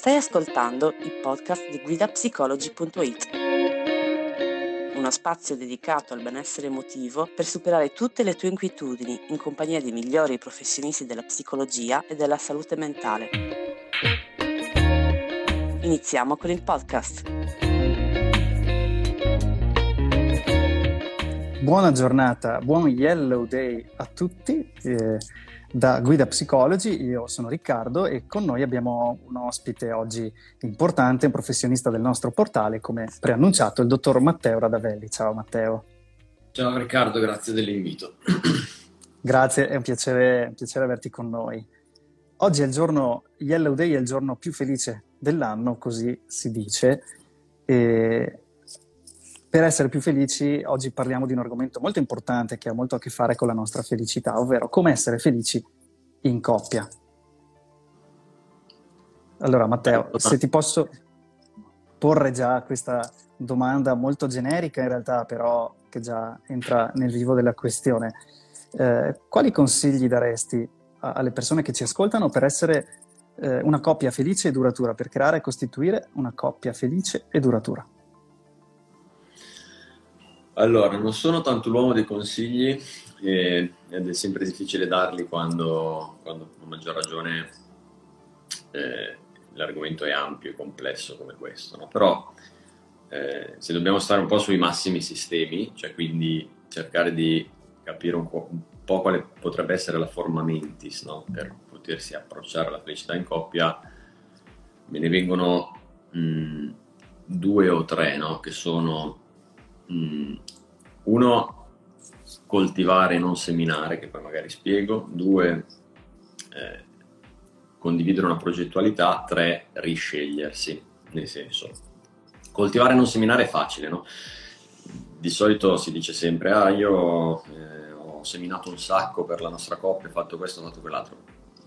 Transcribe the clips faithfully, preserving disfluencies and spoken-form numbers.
Stai ascoltando il podcast di guida psicologi punto it, uno spazio dedicato al benessere emotivo per superare tutte le tue inquietudini in compagnia dei migliori professionisti della psicologia e della salute mentale. Iniziamo con il podcast. Buona giornata, buon Yellow Day a tutti. Eh, da Guida Psicologi, io sono Riccardo e con noi abbiamo un ospite oggi importante, un professionista del nostro portale, come preannunciato, il dottor Matteo Radavelli. Ciao Matteo. Ciao Riccardo, grazie dell'invito. Grazie, è un piacere, un piacere averti con noi. Oggi è il giorno, Yellow Day è il giorno più felice dell'anno, così si dice. E per essere più felici, oggi parliamo di un argomento molto importante che ha molto a che fare con la nostra felicità, ovvero come essere felici in coppia. Allora Matteo, se ti posso porre già questa domanda molto generica in realtà, però che già entra nel vivo della questione, eh, quali consigli daresti a, alle persone che ci ascoltano per essere eh, una coppia felice e duratura, per creare e costituire una coppia felice e duratura? Allora, non sono tanto l'uomo dei consigli e, ed è sempre difficile darli quando, quando a maggior ragione eh, l'argomento è ampio e complesso come questo, no? Però eh, se dobbiamo stare un po' sui massimi sistemi, cioè quindi cercare di capire un po', un po' quale potrebbe essere la forma mentis, no? Per potersi approcciare alla felicità in coppia, me ne vengono mh, due o tre, no? Che sono Mm. uno, coltivare e non seminare, che poi magari spiego. Due, eh, condividere una progettualità. Tre, riscegliersi, nel senso, coltivare e non seminare è facile, no? Di solito si dice sempre ah io eh, ho seminato un sacco per la nostra coppia, ho fatto questo, ho fatto quell'altro.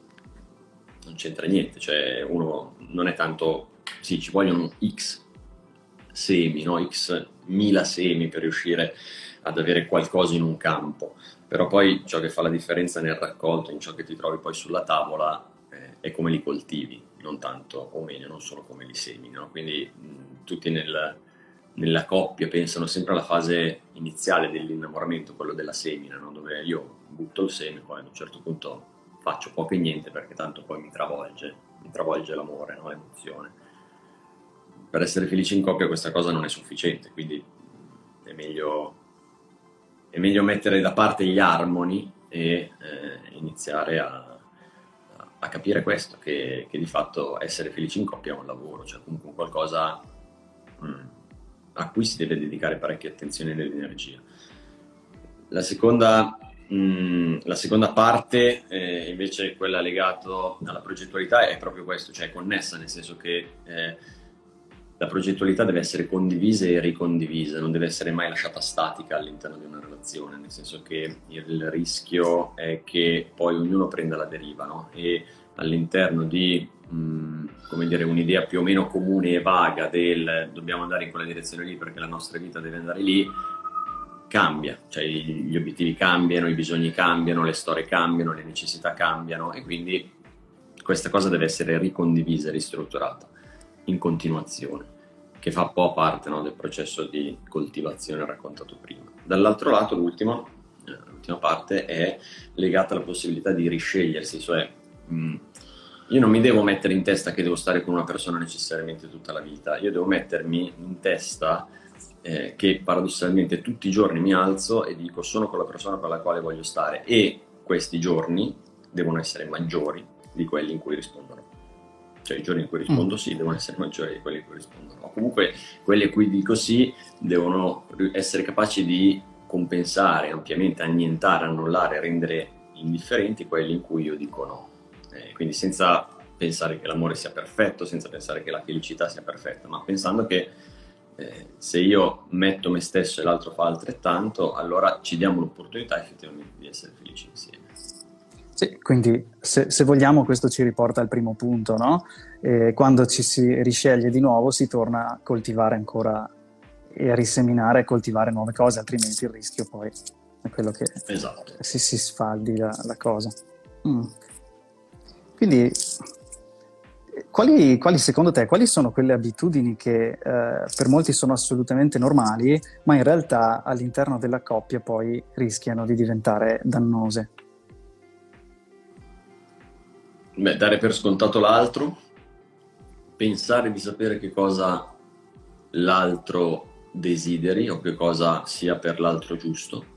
Non c'entra niente, cioè uno non è tanto, sì, ci vogliono X semi, no? X mila semi per riuscire ad avere qualcosa in un campo, però poi ciò che fa la differenza nel raccolto, in ciò che ti trovi poi sulla tavola, eh, è come li coltivi, non tanto, o meglio, non solo come li semini, no? Quindi mh, tutti nel, nella coppia pensano sempre alla fase iniziale dell'innamoramento, quello della semina, no? Dove io butto il seme, poi ad un certo punto faccio poco e niente perché tanto poi mi travolge, mi travolge l'amore, no? L'emozione. Per essere felici in coppia questa cosa non è sufficiente, quindi è meglio, è meglio mettere da parte gli armoni e eh, iniziare a, a capire questo, che, che di fatto essere felici in coppia è un lavoro, cioè comunque qualcosa mh, a cui si deve dedicare parecchia attenzione ed energia. La seconda, mh, la seconda parte, eh, invece quella legata alla progettualità, è proprio questo, cioè è connessa, nel senso che eh, la progettualità deve essere condivisa e ricondivisa, non deve essere mai lasciata statica all'interno di una relazione, nel senso che il rischio è che poi ognuno prenda la deriva, no? E all'interno di mh, come dire, un'idea più o meno comune e vaga del dobbiamo andare in quella direzione lì perché la nostra vita deve andare lì, cambia, cioè gli obiettivi cambiano, i bisogni cambiano, le storie cambiano, le necessità cambiano e quindi questa cosa deve essere ricondivisa e ristrutturata in continuazione, che fa un po' parte, no, del processo di coltivazione raccontato prima. Dall'altro lato, l'ultima, eh, l'ultima parte è legata alla possibilità di riscegliersi, cioè mh, io non mi devo mettere in testa che devo stare con una persona necessariamente tutta la vita, io devo mettermi in testa eh, che paradossalmente tutti i giorni mi alzo e dico sono con la persona per la quale voglio stare e questi giorni devono essere maggiori di quelli in cui rispondo no. Cioè i giorni in cui rispondo sì devono essere maggiori di quelli in cui rispondo no. Comunque quelli a cui dico sì devono essere capaci di compensare ampiamente, annientare, annullare, rendere indifferenti quelli in cui io dico no. Eh, quindi senza pensare che l'amore sia perfetto, senza pensare che la felicità sia perfetta, ma pensando che eh, se io metto me stesso e l'altro fa altrettanto, allora ci diamo l'opportunità effettivamente di essere felici insieme. Sì, quindi se, se vogliamo questo ci riporta al primo punto, no? E quando ci si risceglie di nuovo si torna a coltivare ancora e a riseminare e coltivare nuove cose, altrimenti il rischio poi è quello che esatto. si, si sfaldi la, la cosa. Mm. Quindi quali, quali secondo te, quali sono quelle abitudini che eh, per molti sono assolutamente normali, ma in realtà all'interno della coppia poi rischiano di diventare dannose? Beh, dare per scontato l'altro, pensare di sapere che cosa l'altro desideri o che cosa sia per l'altro giusto,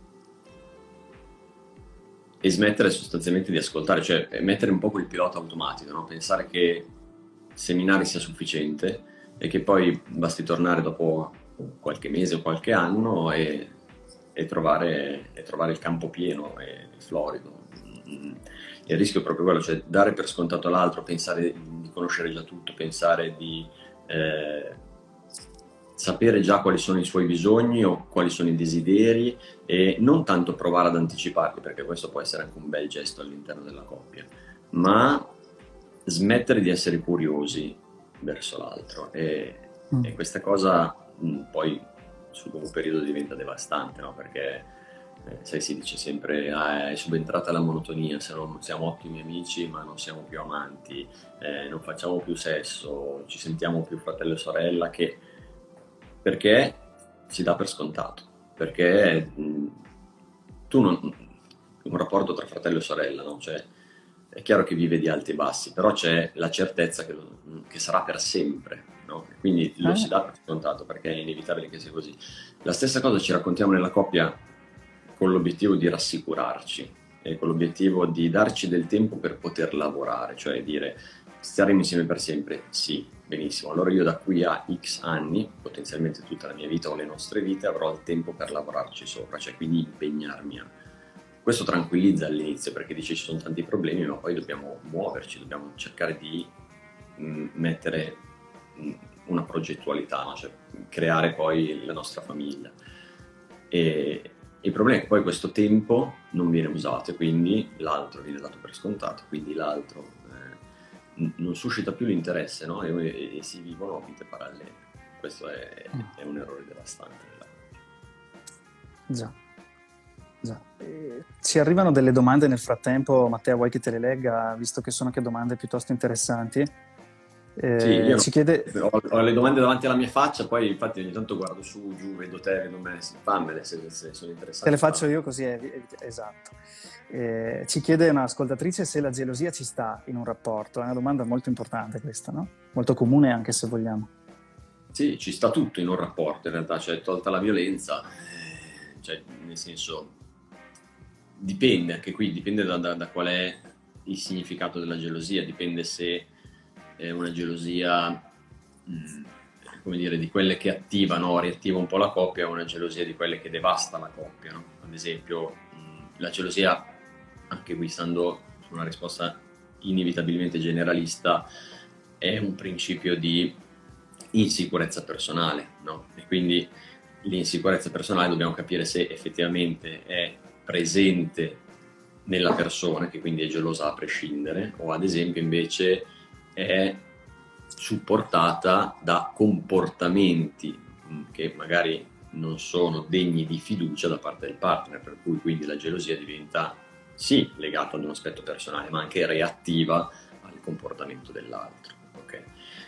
e smettere sostanzialmente di ascoltare, cioè mettere un po' quel pilota automatico, no? Pensare che seminare sia sufficiente e che poi basti tornare dopo qualche mese o qualche anno e, e, trovare, e trovare il campo pieno e florido. Il rischio è proprio quello, cioè dare per scontato l'altro, pensare di conoscere già tutto, pensare di eh, sapere già quali sono i suoi bisogni o quali sono i desideri e non tanto provare ad anticiparli, perché questo può essere anche un bel gesto all'interno della coppia, ma smettere di essere curiosi verso l'altro e, mm. e questa cosa mh, poi sul lungo periodo diventa devastante, no? Perché eh, sai, si dice sempre ah, è subentrata la monotonia, siamo, siamo ottimi amici ma non siamo più amanti, eh, non facciamo più sesso, ci sentiamo più fratello e sorella, che perché si dà per scontato, perché mh, tu non, un rapporto tra fratello e sorella, no? Cioè, è chiaro che vive di alti e bassi, però c'è la certezza che, che sarà per sempre, no? Quindi lo si dà per scontato perché è inevitabile che sia così. La stessa cosa ci raccontiamo nella coppia con l'obiettivo di rassicurarci e con l'obiettivo di darci del tempo per poter lavorare, cioè dire staremo insieme per sempre, sì, benissimo, allora io da qui a X anni, potenzialmente tutta la mia vita o le nostre vite, avrò il tempo per lavorarci sopra, cioè quindi impegnarmi a... Questo tranquillizza all'inizio perché dice ci sono tanti problemi, ma poi dobbiamo muoverci, dobbiamo cercare di mh, mettere mh, una progettualità, no? Cioè creare poi la nostra famiglia. E il problema è che poi questo tempo non viene usato e quindi l'altro viene dato per scontato, quindi l'altro eh, n- non suscita più l'interesse, no? E, e, e si vivono vite parallele. Questo è, è un errore devastante. Già. Già. Eh, ci arrivano delle domande nel frattempo, Matteo, vuoi che te le legga, visto che sono anche domande piuttosto interessanti? Eh, sì, io ci chiede... ho, ho le domande davanti alla mia faccia, poi infatti ogni tanto guardo su, giù, vedo te, vedo me, fammele se, se sono interessanti. Te le faccio io così, è, è, esatto. Eh, ci chiede un'ascoltatrice se la gelosia ci sta in un rapporto, è una domanda molto importante questa, no? Molto comune anche se vogliamo. Sì, ci sta tutto in un rapporto in realtà, cioè tolta la violenza, eh, cioè nel senso... Dipende, anche qui, dipende da, da, da qual è il significato della gelosia, dipende se è una gelosia, mh, come dire, di quelle che attivano, riattiva un po' la coppia, o una gelosia di quelle che devasta la coppia, no? Ad esempio, mh, la gelosia, anche qui stando su una risposta inevitabilmente generalista, è un principio di insicurezza personale, no? E quindi l'insicurezza personale dobbiamo capire se effettivamente è presente nella persona, che quindi è gelosa a prescindere, o ad esempio invece è supportata da comportamenti che magari non sono degni di fiducia da parte del partner, per cui quindi la gelosia diventa sì legata ad un aspetto personale, ma anche reattiva al comportamento dell'altro. Okay?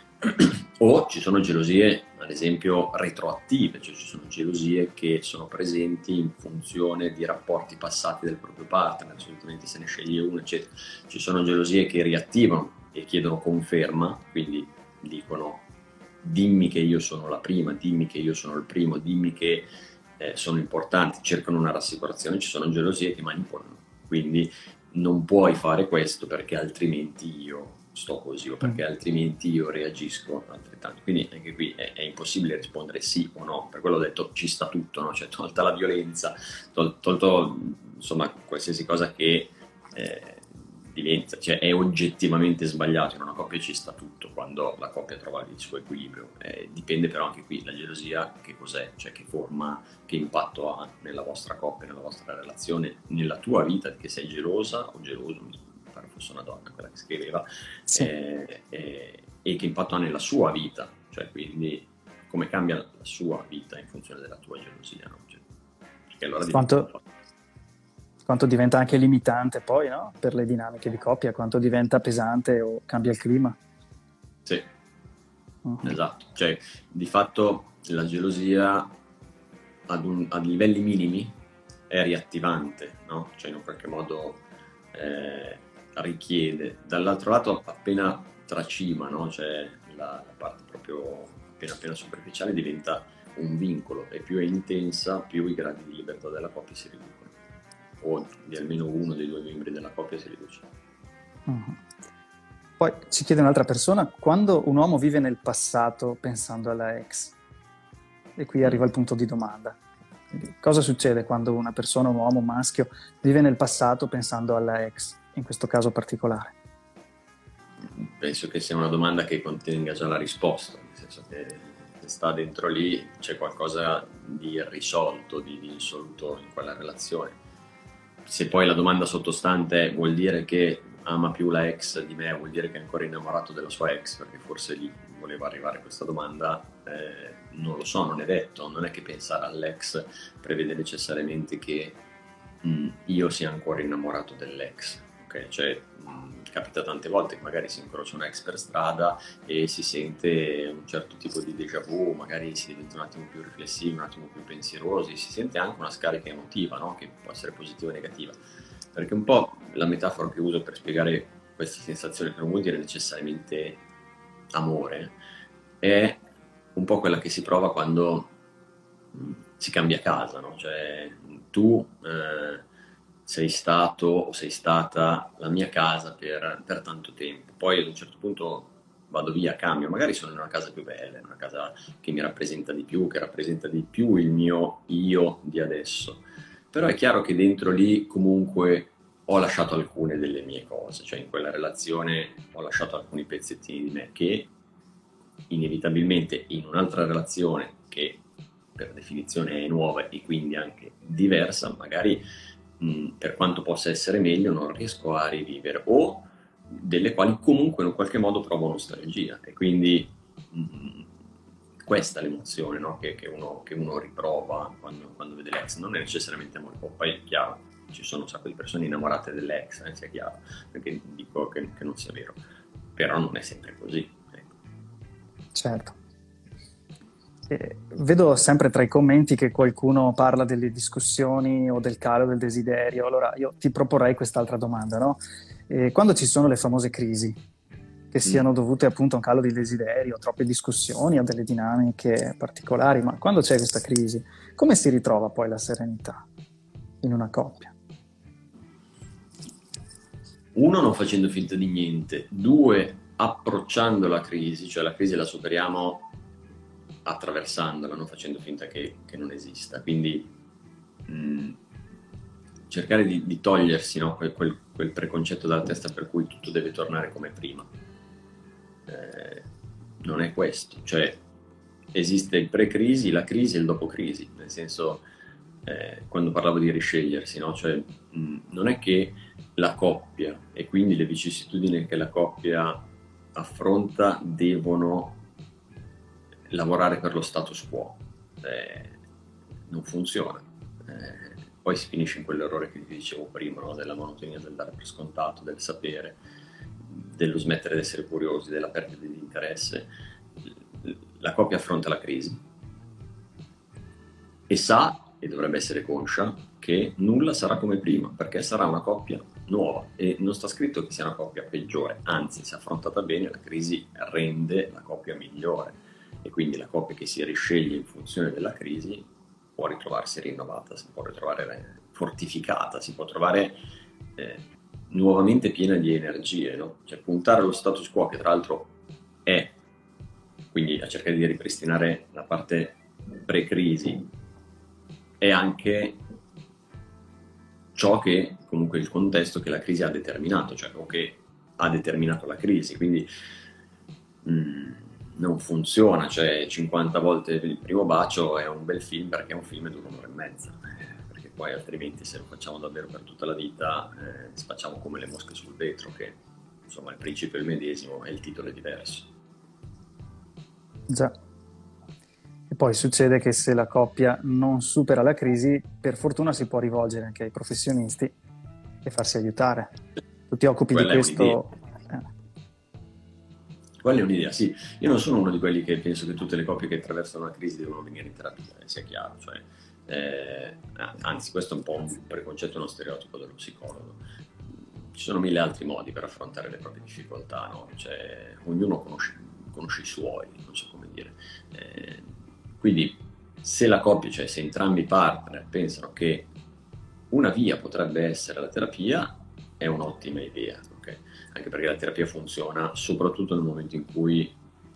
O ci sono gelosie, ad esempio, retroattive, cioè ci sono gelosie che sono presenti in funzione di rapporti passati del proprio partner, solitamente se ne sceglie uno, eccetera. Ci sono gelosie che riattivano e chiedono conferma, quindi dicono dimmi che io sono la prima, dimmi che io sono il primo, dimmi che eh, sono importanti, cercano una rassicurazione. Ci sono gelosie che manipolano, quindi non puoi fare questo perché altrimenti io sto così o perché altrimenti io reagisco altrettanto. Quindi anche qui è, è impossibile rispondere sì o no, per quello ho detto ci sta tutto, no? Cioè tolta la violenza, tol- tolto insomma qualsiasi cosa che eh, diventa, cioè è oggettivamente sbagliato in una coppia, ci sta tutto quando la coppia trova il suo equilibrio. Eh, dipende però anche qui la gelosia che cos'è, cioè che forma, che impatto ha nella vostra coppia, nella vostra relazione, nella tua vita, che sei gelosa o geloso, fosse una donna quella che scriveva, sì. eh, eh, e che impatto ha nella sua vita, cioè quindi come cambia la sua vita in funzione della tua gelosia, no? Cioè, perché allora quanto, quanto diventa anche limitante poi, no? Per le dinamiche di coppia, quanto diventa pesante o cambia il clima. Sì, uh-huh. Esatto. Cioè, di fatto la gelosia ad, un, a livelli minimi è riattivante, no? Cioè in un qualche modo eh, richiede. Dall'altro lato, appena tracima, no? Cioè la, la parte proprio appena appena superficiale diventa un vincolo, e più è intensa, più i gradi di libertà della coppia si riducono, o di almeno uno dei due membri della coppia si riduce. Uh-huh. Poi ci chiede un'altra persona: quando un uomo vive nel passato pensando alla ex, e qui arriva il punto di domanda. Quindi, cosa succede quando una persona, un uomo, un maschio, vive nel passato pensando alla ex, in questo caso particolare? Penso che sia una domanda che contenga già la risposta, nel senso che se sta dentro lì c'è qualcosa di irrisolto, di, di insoluto in quella relazione. Se poi la domanda sottostante è: vuol dire che ama più la ex di me, vuol dire che è ancora innamorato della sua ex, perché forse lì voleva arrivare questa domanda, eh, non lo so, non è detto. Non è che pensare all'ex prevede necessariamente che mh, io sia ancora innamorato dell'ex, ok? Cioè mh, capita tante volte che magari si incrocia un ex per strada e si sente un certo tipo di déjà vu, magari si diventa un attimo più riflessivi, un attimo più pensierosi, si sente anche una scarica emotiva, no? Che può essere positiva o negativa. Perché un po' la metafora che uso per spiegare questa sensazione, che non vuol dire necessariamente amore, è un po' quella che si prova quando si cambia casa, no? Cioè tu eh, sei stato o sei stata la mia casa per, per tanto tempo, poi ad un certo punto vado via, cambio, magari sono in una casa più bella, in una casa che mi rappresenta di più, che rappresenta di più il mio io di adesso. Però è chiaro che dentro lì comunque ho lasciato alcune delle mie cose, cioè in quella relazione ho lasciato alcuni pezzettini di me che inevitabilmente in un'altra relazione, che per definizione è nuova e quindi anche diversa, magari mh, per quanto possa essere meglio non riesco a rivivere, o delle quali comunque in qualche modo provo nostalgia, e quindi mh, questa è l'emozione, no? che, che, uno, che uno riprova quando, quando vede l'ex. Non è necessariamente amore, poi è chiaro, ci sono un sacco di persone innamorate dell'ex, eh, sia chiaro, perché dico che, che non sia vero, però non è sempre così, ecco. Certo. Eh, vedo sempre tra i commenti che qualcuno parla delle discussioni o del calo del desiderio. Allora io ti proporrei quest'altra domanda, no? Eh, quando ci sono le famose crisi, che siano dovute appunto a un calo di desiderio, troppe discussioni o delle dinamiche particolari, ma quando c'è questa crisi, come si ritrova poi la serenità in una coppia? Uno, non facendo finta di niente. Due, approcciando la crisi, cioè la crisi la superiamo attraversandola, non facendo finta che, che non esista. Quindi mh, cercare di, di togliersi, no, quel, quel, quel preconcetto dalla testa per cui tutto deve tornare come prima. Eh, non è questo, cioè esiste il pre-crisi, la crisi e il dopo-crisi, nel senso, eh, quando parlavo di riscegliersi, no? Cioè, mh, non è che la coppia e quindi le vicissitudini che la coppia affronta devono lavorare per lo status quo, eh, non funziona. Eh, poi si finisce in quell'errore che vi dicevo prima, no? Della monotonia, del dare per scontato, del sapere, dello smettere di essere curiosi, della perdita di interesse. La coppia affronta la crisi e sa, e dovrebbe essere conscia, che nulla sarà come prima, perché sarà una coppia nuova, e non sta scritto che sia una coppia peggiore, anzi, se affrontata bene la crisi rende la coppia migliore, e quindi la coppia che si risceglie in funzione della crisi può ritrovarsi rinnovata, si può ritrovare fortificata, si può trovare eh, nuovamente piena di energie, no? Cioè puntare allo status quo, che tra l'altro è, quindi a cercare di ripristinare la parte pre-crisi, è anche ciò che comunque il contesto che la crisi ha determinato, cioè o che ha determinato la crisi, quindi mh, non funziona, cioè cinquanta volte il primo bacio è un bel film perché è un film e dura un'ora e mezza, perché poi altrimenti se lo facciamo davvero per tutta la vita eh, facciamo come le mosche sul vetro, che insomma il principio è il medesimo e il titolo è diverso. Già. E poi succede che se la coppia non supera la crisi, per fortuna si può rivolgere anche ai professionisti e farsi aiutare. Tu ti occupi Quella di questo? È eh. Quella è un'idea, sì. Io non sono uno di quelli che penso che tutte le coppie che attraversano una crisi devono venire in terapia, eh, sia chiaro. Cioè, eh, anzi, questo è un po' un preconcetto, uno stereotipo dello psicologo. Ci sono mille altri modi per affrontare le proprie difficoltà, no? Cioè, ognuno conosce, conosce i suoi, non so come dire. Eh, quindi, se la coppia, cioè se entrambi i partner pensano che una via potrebbe essere la terapia, è un'ottima idea, ok? Anche perché la terapia funziona soprattutto nel momento in cui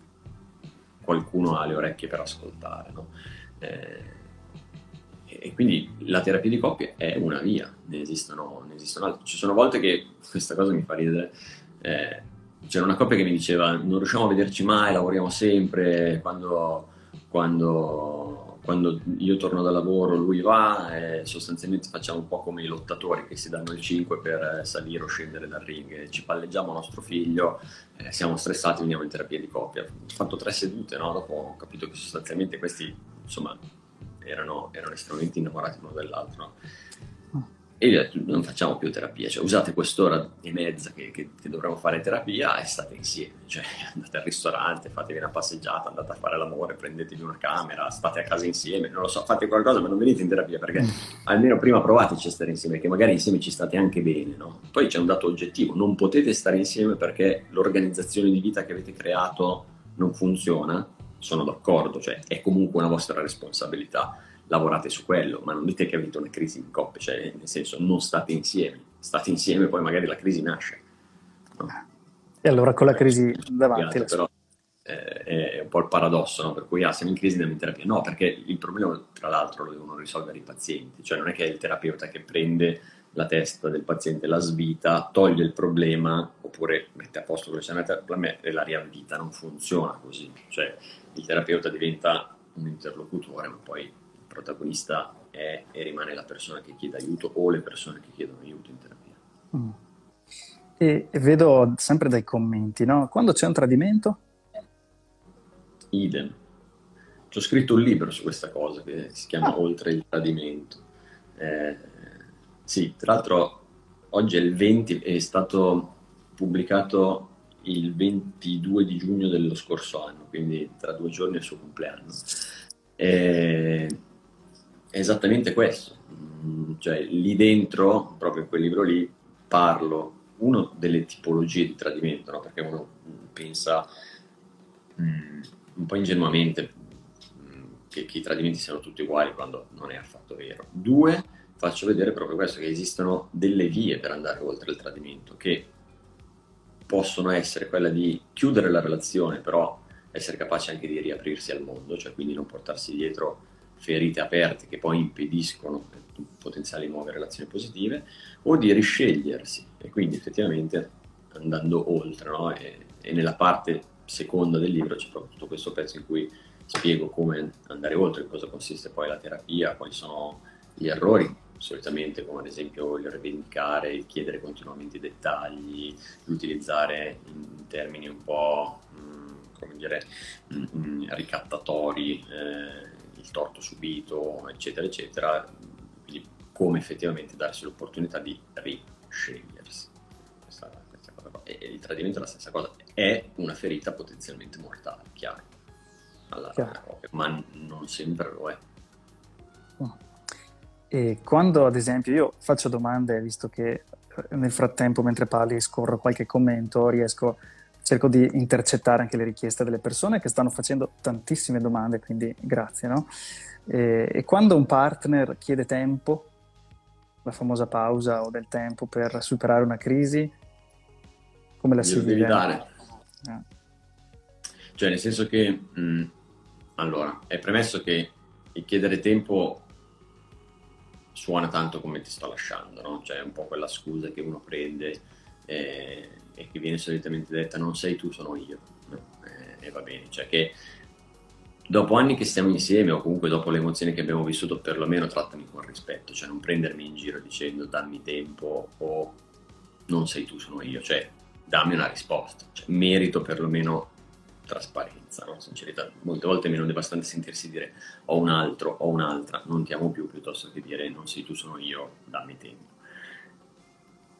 qualcuno ha le orecchie per ascoltare, no? Eh, e quindi la terapia di coppia è una via, ne esistono, ne esistono altre. Ci sono volte che questa cosa mi fa ridere. Eh, c'era una coppia che mi diceva: non riusciamo a vederci mai, lavoriamo sempre, quando, quando, quando io torno da lavoro lui va, e sostanzialmente facciamo un po' come i lottatori che si danno il cinque per salire o scendere dal ring, ci palleggiamo nostro figlio, eh, siamo stressati, veniamo in terapia di coppia. Ho fatto tre sedute, no? Dopo ho capito che sostanzialmente questi, insomma, erano, erano estremamente innamorati l'uno dell'altro, no? E gli ho detto: non facciamo più terapia, cioè usate quest'ora e mezza che, che, che dovremmo fare terapia e state insieme, cioè andate al ristorante, fatevi una passeggiata, andate a fare l'amore, prendetevi una camera, state a casa insieme, non lo so, fate qualcosa, ma non venite in terapia, perché almeno prima provateci a stare insieme, che magari insieme ci state anche bene, no? Poi c'è un dato oggettivo: non potete stare insieme perché l'organizzazione di vita che avete creato non funziona. Sono d'accordo, cioè è comunque una vostra responsabilità, lavorate su quello, ma non dite che avete una crisi in coppia, cioè nel senso non state insieme, state insieme poi magari la crisi nasce, no? E allora con la crisi davanti, però eh, è un po' il paradosso, no? Per cui ah, siamo in crisi, andiamo in terapia. No, perché il problema tra l'altro lo devono risolvere i pazienti, cioè non è che è il terapeuta che prende la testa del paziente, la svita, toglie il problema oppure mette a posto quello che c'è nel problema e la riavvita. Non funziona così, cioè il terapeuta diventa un interlocutore, ma poi il protagonista è e rimane la persona che chiede aiuto o le persone che chiedono aiuto in terapia. Mm. E, e vedo sempre dai commenti, no? Quando c'è un tradimento? Idem. Ci ho scritto un libro su questa cosa che si chiama ah. Oltre il tradimento. Eh, sì, tra l'altro oggi è il venti, è stato pubblicato il ventidue di giugno dello scorso anno, quindi tra due giorni è il suo compleanno. Eh, è esattamente questo, cioè lì dentro, proprio in quel libro lì, parlo uno delle tipologie di tradimento, no? Perché uno pensa mh, un po' ingenuamente mh, che, che i tradimenti siano tutti uguali, quando non è affatto vero. Due, faccio vedere proprio questo, che esistono delle vie per andare oltre il tradimento, che possono essere quella di chiudere la relazione, però essere capaci anche di riaprirsi al mondo, cioè quindi non portarsi dietro ferite aperte che poi impediscono potenziali nuove relazioni positive, o di riscegliersi, e quindi effettivamente andando oltre, no? E, e nella parte seconda del libro c'è proprio tutto questo pezzo in cui spiego come andare oltre, in cosa consiste poi la terapia, quali sono gli errori, solitamente, come ad esempio il rivendicare, il chiedere continuamente i dettagli, l'utilizzare in termini un po' mh, come dire mh, ricattatori, eh, il torto subito, eccetera eccetera. Quindi come effettivamente darsi l'opportunità di riscegliersi. Questa, questa cosa qua. E, e il tradimento è la stessa cosa, è una ferita potenzialmente mortale, chiaro, alla, chiaro. alla coppia, ma non sempre lo è. No. E quando, ad esempio, io faccio domande, visto che nel frattempo, mentre parli, scorro qualche commento, riesco, cerco di intercettare anche le richieste delle persone che stanno facendo tantissime domande, quindi grazie, no? E, e quando un partner chiede tempo, la famosa pausa o del tempo per superare una crisi, come la si vive? Devi dare. Eh. Cioè, nel senso che, mh, allora, è premesso che il chiedere tempo suona tanto come ti sto lasciando, no? Cioè è un po' quella scusa che uno prende eh, e che viene solitamente detta: non sei tu, sono io, no? eh, e va bene, cioè che dopo anni che stiamo insieme, o comunque dopo le emozioni che abbiamo vissuto, perlomeno trattami con rispetto, cioè non prendermi in giro dicendo dammi tempo o non sei tu, sono io, cioè dammi una risposta, cioè, merito perlomeno trasparenza, no? Sincerità. Molte volte è meno devastante sentirsi dire ho un altro, ho un'altra, non ti amo più, piuttosto che dire non sei tu, sono io, dammi tempo.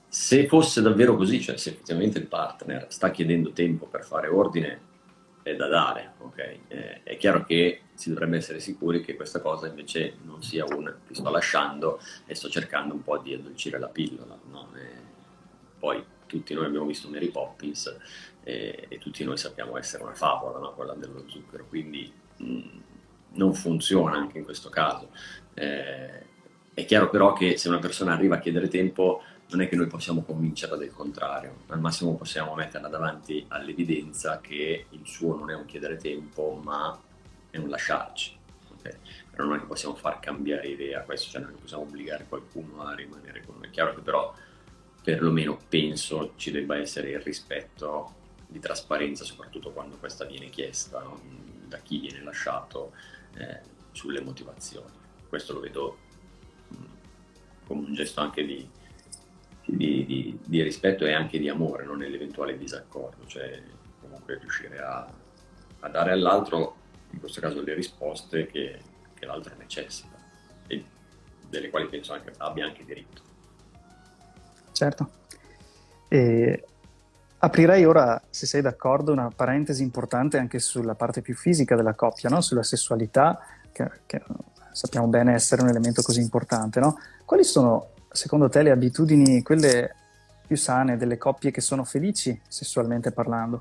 Se fosse davvero così, cioè se effettivamente il partner sta chiedendo tempo per fare ordine, è da dare, ok? Eh, è chiaro che si dovrebbe essere sicuri che questa cosa invece non sia un ti sto lasciando e sto cercando un po' di addolcire la pillola, no? E poi tutti noi abbiamo visto Mary Poppins e, e tutti noi sappiamo essere una favola, no? Quella dello zucchero, quindi mh, non funziona anche in questo caso. Eh, è chiaro però che se una persona arriva a chiedere tempo, non è che noi possiamo convincerla del contrario, al massimo possiamo metterla davanti all'evidenza che il suo non è un chiedere tempo, ma è un lasciarci. Okay? Però non è che possiamo far cambiare idea, questo, cioè non è che possiamo obbligare qualcuno a rimanere con noi. È chiaro che però, perlomeno penso, ci debba essere il rispetto di trasparenza, soprattutto quando questa viene chiesta, no? Da chi viene lasciato, eh, sulle motivazioni. Questo lo vedo mh, come un gesto anche di Di, di, di rispetto e anche di amore, non nell'eventuale disaccordo, cioè comunque riuscire a, a dare all'altro, in questo caso, le risposte che, che l'altro necessita e delle quali penso anche abbia anche diritto. Certo. E aprirei ora, se sei d'accordo, una parentesi importante anche sulla parte più fisica della coppia, no? Sulla sessualità, che, che sappiamo bene essere un elemento così importante, no? Quali sono, secondo te, le abitudini, quelle più sane delle coppie che sono felici sessualmente parlando?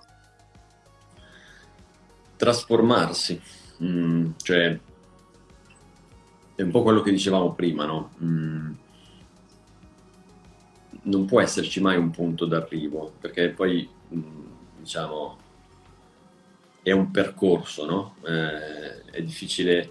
Trasformarsi, mm, cioè è un po' quello che dicevamo prima, no? Mm, non può esserci mai un punto d'arrivo, perché poi, mm, diciamo, è un percorso, no? Eh, è difficile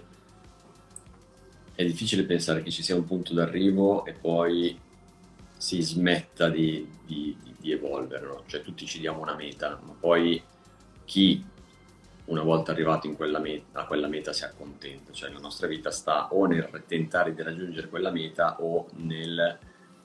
È difficile pensare che ci sia un punto d'arrivo e poi si smetta di, di, di evolvere, no? Cioè tutti ci diamo una meta, ma poi chi una volta arrivato in quella meta, a quella meta si accontenta, cioè la nostra vita sta o nel tentare di raggiungere quella meta o nel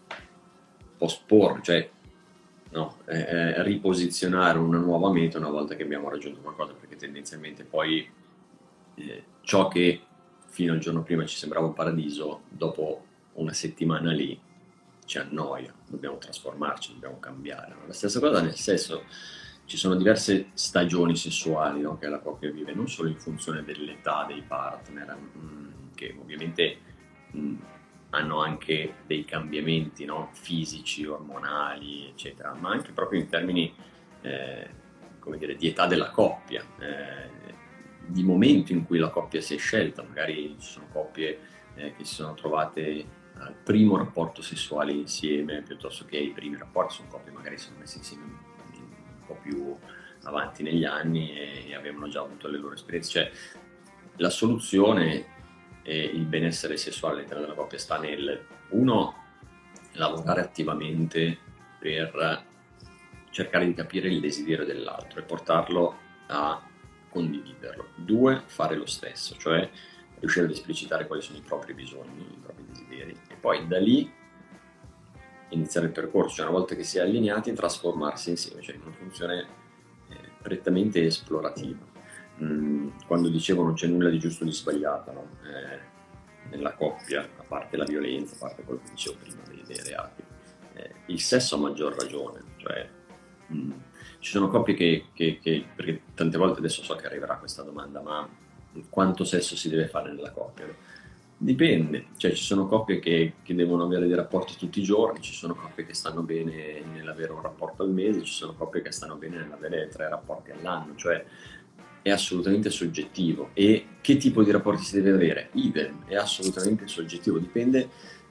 posporre, cioè no, eh, riposizionare una nuova meta una volta che abbiamo raggiunto qualcosa, perché tendenzialmente poi eh, ciò che fino al giorno prima ci sembrava un paradiso, dopo una settimana lì ci annoia, dobbiamo trasformarci, dobbiamo cambiare. No? La stessa cosa nel sesso, ci sono diverse stagioni sessuali, no? Che la coppia vive, non solo in funzione dell'età dei partner, mh, che ovviamente mh, hanno anche dei cambiamenti, no? Fisici, ormonali, eccetera, ma anche proprio in termini eh, come dire, di età della coppia. Eh, di momento in cui la coppia si è scelta, magari ci sono coppie eh, che si sono trovate al primo rapporto sessuale insieme piuttosto che ai primi rapporti, sono coppie magari si sono messe insieme un po' più avanti negli anni e, e avevano già avuto le loro esperienze, cioè la soluzione e il benessere sessuale all'interno della coppia sta nel, uno, lavorare attivamente per cercare di capire il desiderio dell'altro e portarlo a condividerlo. Due, fare lo stesso, cioè riuscire ad esplicitare quali sono i propri bisogni, i propri desideri e poi da lì iniziare il percorso, cioè una volta che si è allineati trasformarsi insieme, cioè in una funzione eh, prettamente esplorativa. Mm, quando dicevo non c'è nulla di giusto o di sbagliato, no? eh, nella coppia, a parte la violenza, a parte quello che dicevo prima dei, dei reati, eh, il sesso a maggior ragione, cioè mm, ci sono coppie che, che, che, perché tante volte adesso so che arriverà questa domanda, ma quanto sesso si deve fare nella coppia? Dipende, cioè ci sono coppie che, che devono avere dei rapporti tutti i giorni, ci sono coppie che stanno bene nell'avere un rapporto al mese, ci sono coppie che stanno bene nell'avere tre rapporti all'anno, cioè è assolutamente soggettivo. E che tipo di rapporti si deve avere? Idem, è assolutamente soggettivo, dipende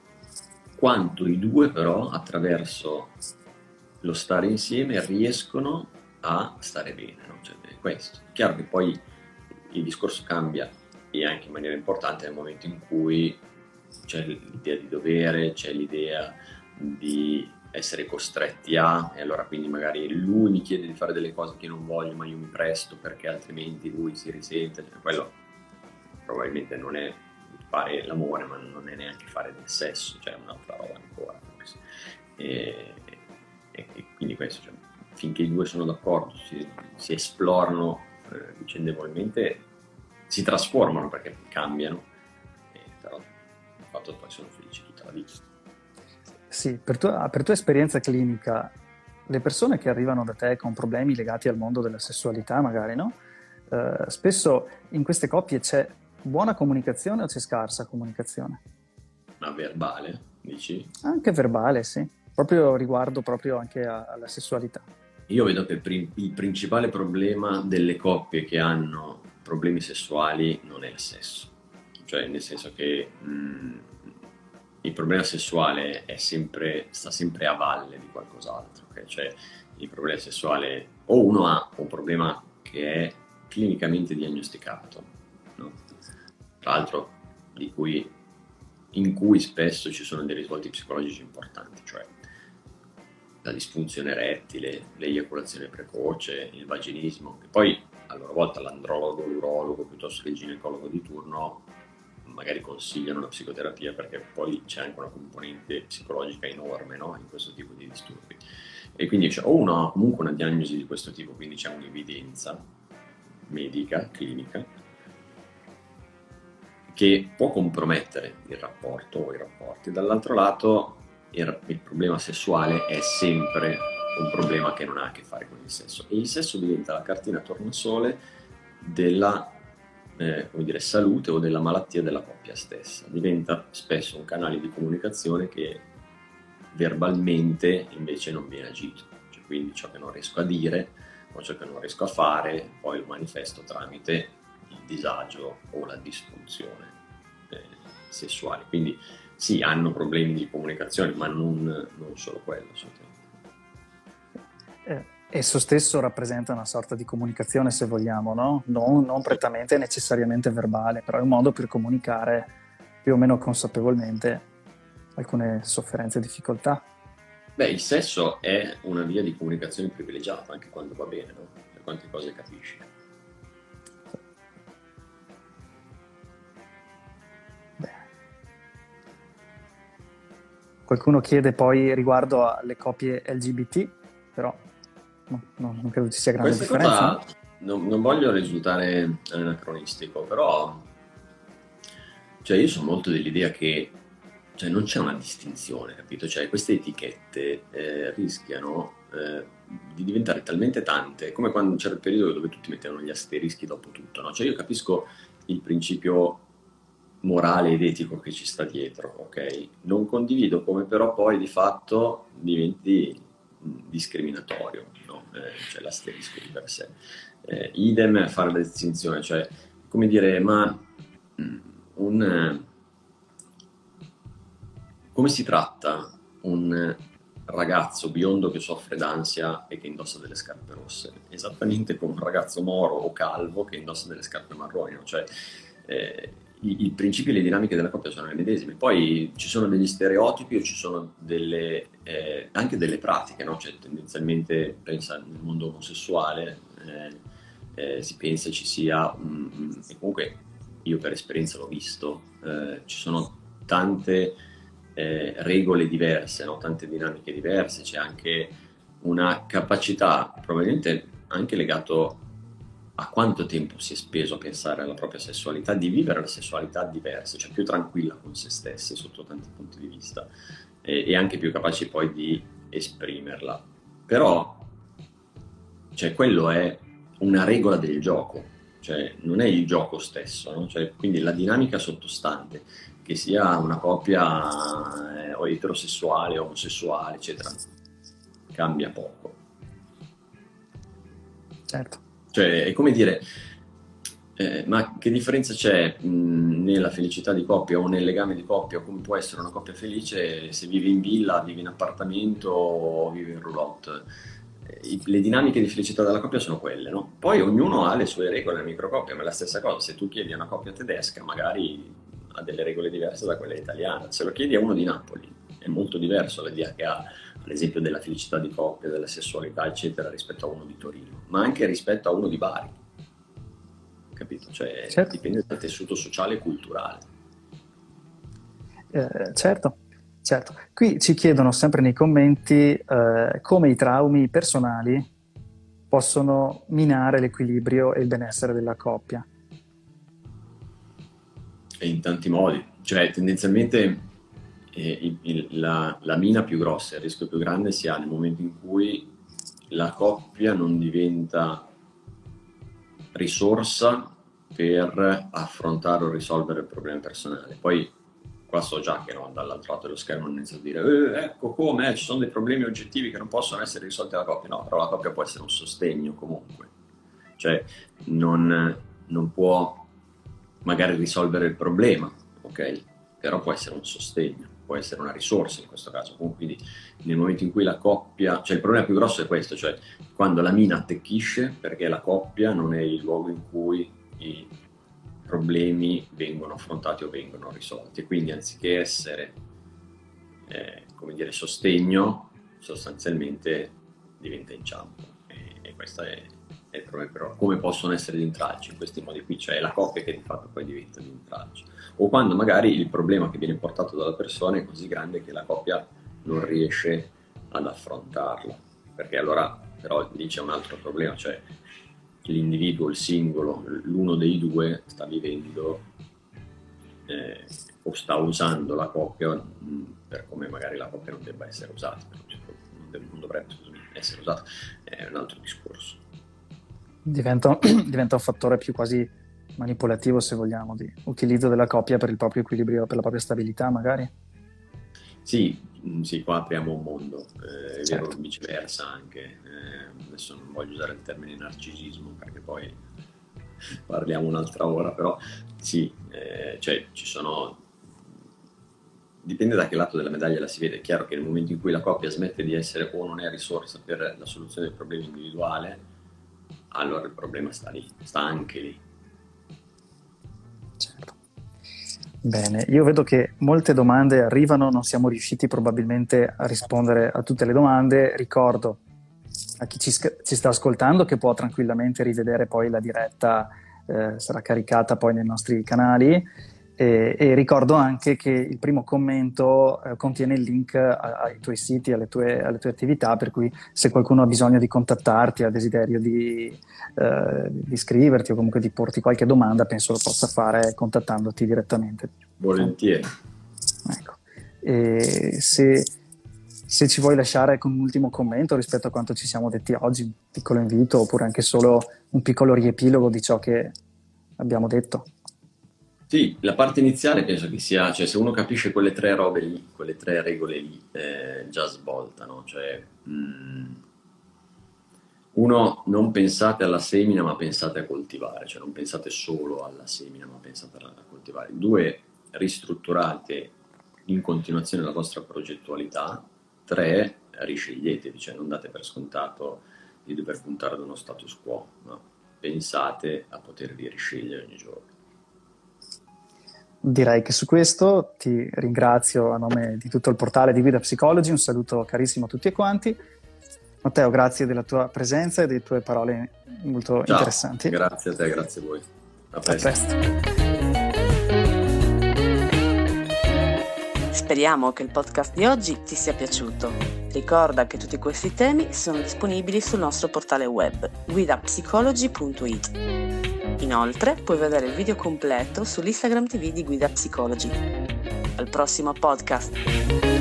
quanto i due però attraverso lo stare insieme riescono a stare bene, no? Cioè, è questo. È chiaro che poi il discorso cambia e anche in maniera importante nel momento in cui c'è l'idea di dovere, c'è l'idea di essere costretti a, e allora quindi magari lui mi chiede di fare delle cose che non voglio ma io mi presto perché altrimenti lui si risente, cioè, quello probabilmente non è fare l'amore ma non è neanche fare del sesso, cioè un'altra roba ancora forse. E, e, e quindi questo, cioè, finché i due sono d'accordo, si, si esplorano eh, vicendevolmente, si trasformano perché cambiano, eh, però il fatto poi sono felici tutta la vita. Sì, per tua, per tua esperienza clinica, le persone che arrivano da te con problemi legati al mondo della sessualità, magari, no? Eh, spesso in queste coppie c'è buona comunicazione o c'è scarsa comunicazione? Ma verbale, dici? Anche verbale, sì. Proprio riguardo proprio anche a- alla sessualità. Io vedo che il, pri- il principale problema delle coppie che hanno problemi sessuali non è il sesso. Cioè, nel senso che mh, il problema sessuale è sempre, sta sempre a valle di qualcos'altro. Okay? Cioè, il problema sessuale, o uno ha un problema che è clinicamente diagnosticato, no? Tra l'altro di cui, in cui spesso ci sono dei risvolti psicologici importanti, cioè la disfunzione erettile, l'eiaculazione precoce, il vaginismo, che poi a loro volta l'andrologo, l'urologo piuttosto che il ginecologo di turno magari consigliano una psicoterapia, perché poi c'è anche una componente psicologica enorme, no? In questo tipo di disturbi. E quindi cioè, o uno ha comunque una diagnosi di questo tipo, quindi c'è un'evidenza medica, clinica, che può compromettere il rapporto o i rapporti. Dall'altro lato il, il problema sessuale è sempre un problema che non ha a che fare con il sesso, e il sesso diventa la cartina tornasole della eh, come dire, salute o della malattia della coppia stessa. Diventa spesso un canale di comunicazione che verbalmente invece non viene agito, cioè, quindi ciò che non riesco a dire o ciò che non riesco a fare poi lo manifesto tramite il disagio o la disfunzione eh, sessuale. Quindi sì, hanno problemi di comunicazione, ma non, non solo quello, assolutamente. Eh, esso stesso rappresenta una sorta di comunicazione, se vogliamo, no? Non, non prettamente necessariamente verbale, però è un modo per comunicare più o meno consapevolmente alcune sofferenze e difficoltà. Beh, il sesso è una via di comunicazione privilegiata, anche quando va bene, no? Per quante cose capisci. Qualcuno chiede poi riguardo alle coppie L G B T, però no, no, non credo ci sia grande Questa differenza. cosa non, non voglio risultare anacronistico, però cioè io sono molto dell'idea che cioè, non c'è una distinzione, capito? Cioè queste etichette eh, rischiano eh, di diventare talmente tante, come quando c'era il periodo dove tutti mettevano gli asterischi dopo tutto, no? Cioè io capisco il principio morale ed etico che ci sta dietro, ok? Non condivido come però poi di fatto diventi discriminatorio, no? Eh, cioè l'asterisco di per sé. Eh, idem fare la distinzione, cioè come dire, ma mh, un come si tratta un ragazzo biondo che soffre d'ansia e che indossa delle scarpe rosse? Esattamente come un ragazzo moro o calvo che indossa delle scarpe marroni, no? Cioè eh, i, i principi e le dinamiche della coppia sono le medesime. Poi ci sono degli stereotipi o ci sono delle, eh, anche delle pratiche, no? Cioè tendenzialmente pensa nel mondo omosessuale eh, eh, si pensa ci sia um, e comunque io per esperienza l'ho visto, eh, ci sono tante eh, regole diverse, no? Tante dinamiche diverse, c'è anche una capacità probabilmente anche legato a quanto tempo si è speso a pensare alla propria sessualità, di vivere la sessualità diversa, cioè più tranquilla con se stessi sotto tanti punti di vista e, e anche più capaci poi di esprimerla. Però cioè, quello è una regola del gioco, cioè non è il gioco stesso, no? Cioè, quindi la dinamica sottostante, che sia una coppia eh, o eterosessuale, omosessuale, eccetera, cambia poco. Certo. Cioè, è come dire, eh, ma che differenza c'è mh, nella felicità di coppia o nel legame di coppia, o come può essere una coppia felice se vive in villa, vive in appartamento o vive in roulotte? Eh, le dinamiche di felicità della coppia sono quelle, no? Poi ognuno ha le sue regole nella microcoppia, ma è la stessa cosa. Se tu chiedi a una coppia tedesca, magari ha delle regole diverse da quelle italiane. Se lo chiedi a uno di Napoli, è molto diverso l'idea che ha, ad esempio, della felicità di coppia, della sessualità, eccetera, rispetto a uno di Torino, ma anche rispetto a uno di Bari. Capito? Cioè, certo. Dipende dal tessuto sociale e culturale. Eh, certo, certo. Qui ci chiedono sempre nei commenti eh, come i traumi personali possono minare l'equilibrio e il benessere della coppia. E in tanti modi. Cioè, tendenzialmente eh, il, il, la, la mina più grossa, il rischio più grande si ha nel momento in cui la coppia non diventa risorsa per affrontare o risolvere il problema personale. Poi qua so già che no, dall'altro lato dello schermo non inizio a dire eh, ecco come, eh, ci sono dei problemi oggettivi che non possono essere risolti dalla coppia. No, però la coppia può essere un sostegno comunque, cioè non, non può magari risolvere il problema, ok? Però può essere un sostegno, può essere una risorsa in questo caso. Quindi nel momento in cui la coppia, cioè il problema più grosso è questo, cioè quando la mina attecchisce perché la coppia non è il luogo in cui i problemi vengono affrontati o vengono risolti, e quindi anziché essere eh, come dire sostegno, sostanzialmente diventa inciampo, e, e questo è, è il problema. Però come possono essere gli intralci in questi modi qui? Cioè è la coppia che di fatto poi diventa un intralcio, o quando magari il problema che viene portato dalla persona è così grande che la coppia non riesce ad affrontarlo, perché allora però lì c'è un altro problema, cioè l'individuo, il singolo, l'uno dei due sta vivendo eh, o sta usando la coppia mh, per come magari la coppia non debba essere usata, non, deve, non dovrebbe essere usata, è un altro discorso. Diventa, diventa un fattore più quasi manipolativo, se vogliamo, di utilizzo della coppia per il proprio equilibrio, per la propria stabilità magari. Sì, sì, qua apriamo un mondo, eh, è certo. Vero viceversa anche, eh, adesso non voglio usare il termine narcisismo perché poi parliamo un'altra ora, però sì, eh, cioè ci sono, dipende da che lato della medaglia la si vede. È chiaro che nel momento in cui la coppia smette di essere o non è risorsa per la soluzione del problema individuale, allora il problema sta lì, sta anche lì. Certo. Bene, io vedo che molte domande arrivano, non siamo riusciti probabilmente a rispondere a tutte le domande. Ricordo a chi ci, ci sta ascoltando che può tranquillamente rivedere poi la diretta, eh, sarà caricata poi nei nostri canali, e, e ricordo anche che il primo commento eh, contiene il link a, ai tuoi siti, alle tue, alle tue attività, per cui se qualcuno ha bisogno di contattarti, ha desiderio di, eh, di iscriverti o comunque di porti qualche domanda, penso lo possa fare contattandoti direttamente. Volentieri. Ecco. E se, se ci vuoi lasciare con un ultimo commento rispetto a quanto ci siamo detti oggi, un piccolo invito oppure anche solo un piccolo riepilogo di ciò che abbiamo detto. Sì, la parte iniziale penso che sia, cioè se uno capisce quelle tre robe lì, quelle tre regole lì, eh, già svoltano, cioè mh, uno, non pensate alla semina ma pensate a coltivare, cioè non pensate solo alla semina ma pensate a, a coltivare. Due, ristrutturate in continuazione la vostra progettualità. Tre, risceglietevi, cioè non date per scontato di dover puntare ad uno status quo, no? Pensate a potervi riscegliere ogni giorno. Direi che su questo ti ringrazio a nome di tutto il portale di Guida Psicology, un saluto carissimo a tutti e quanti. Matteo, grazie della tua presenza e delle tue parole molto Ciao, interessanti. Grazie a te, grazie a voi. A presto. A presto. Speriamo che il podcast di oggi ti sia piaciuto. Ricorda che tutti questi temi sono disponibili sul nostro portale web guida psicology punto it. Inoltre puoi vedere il video completo sull'Instagram T V di Guida Psicology. Al prossimo podcast!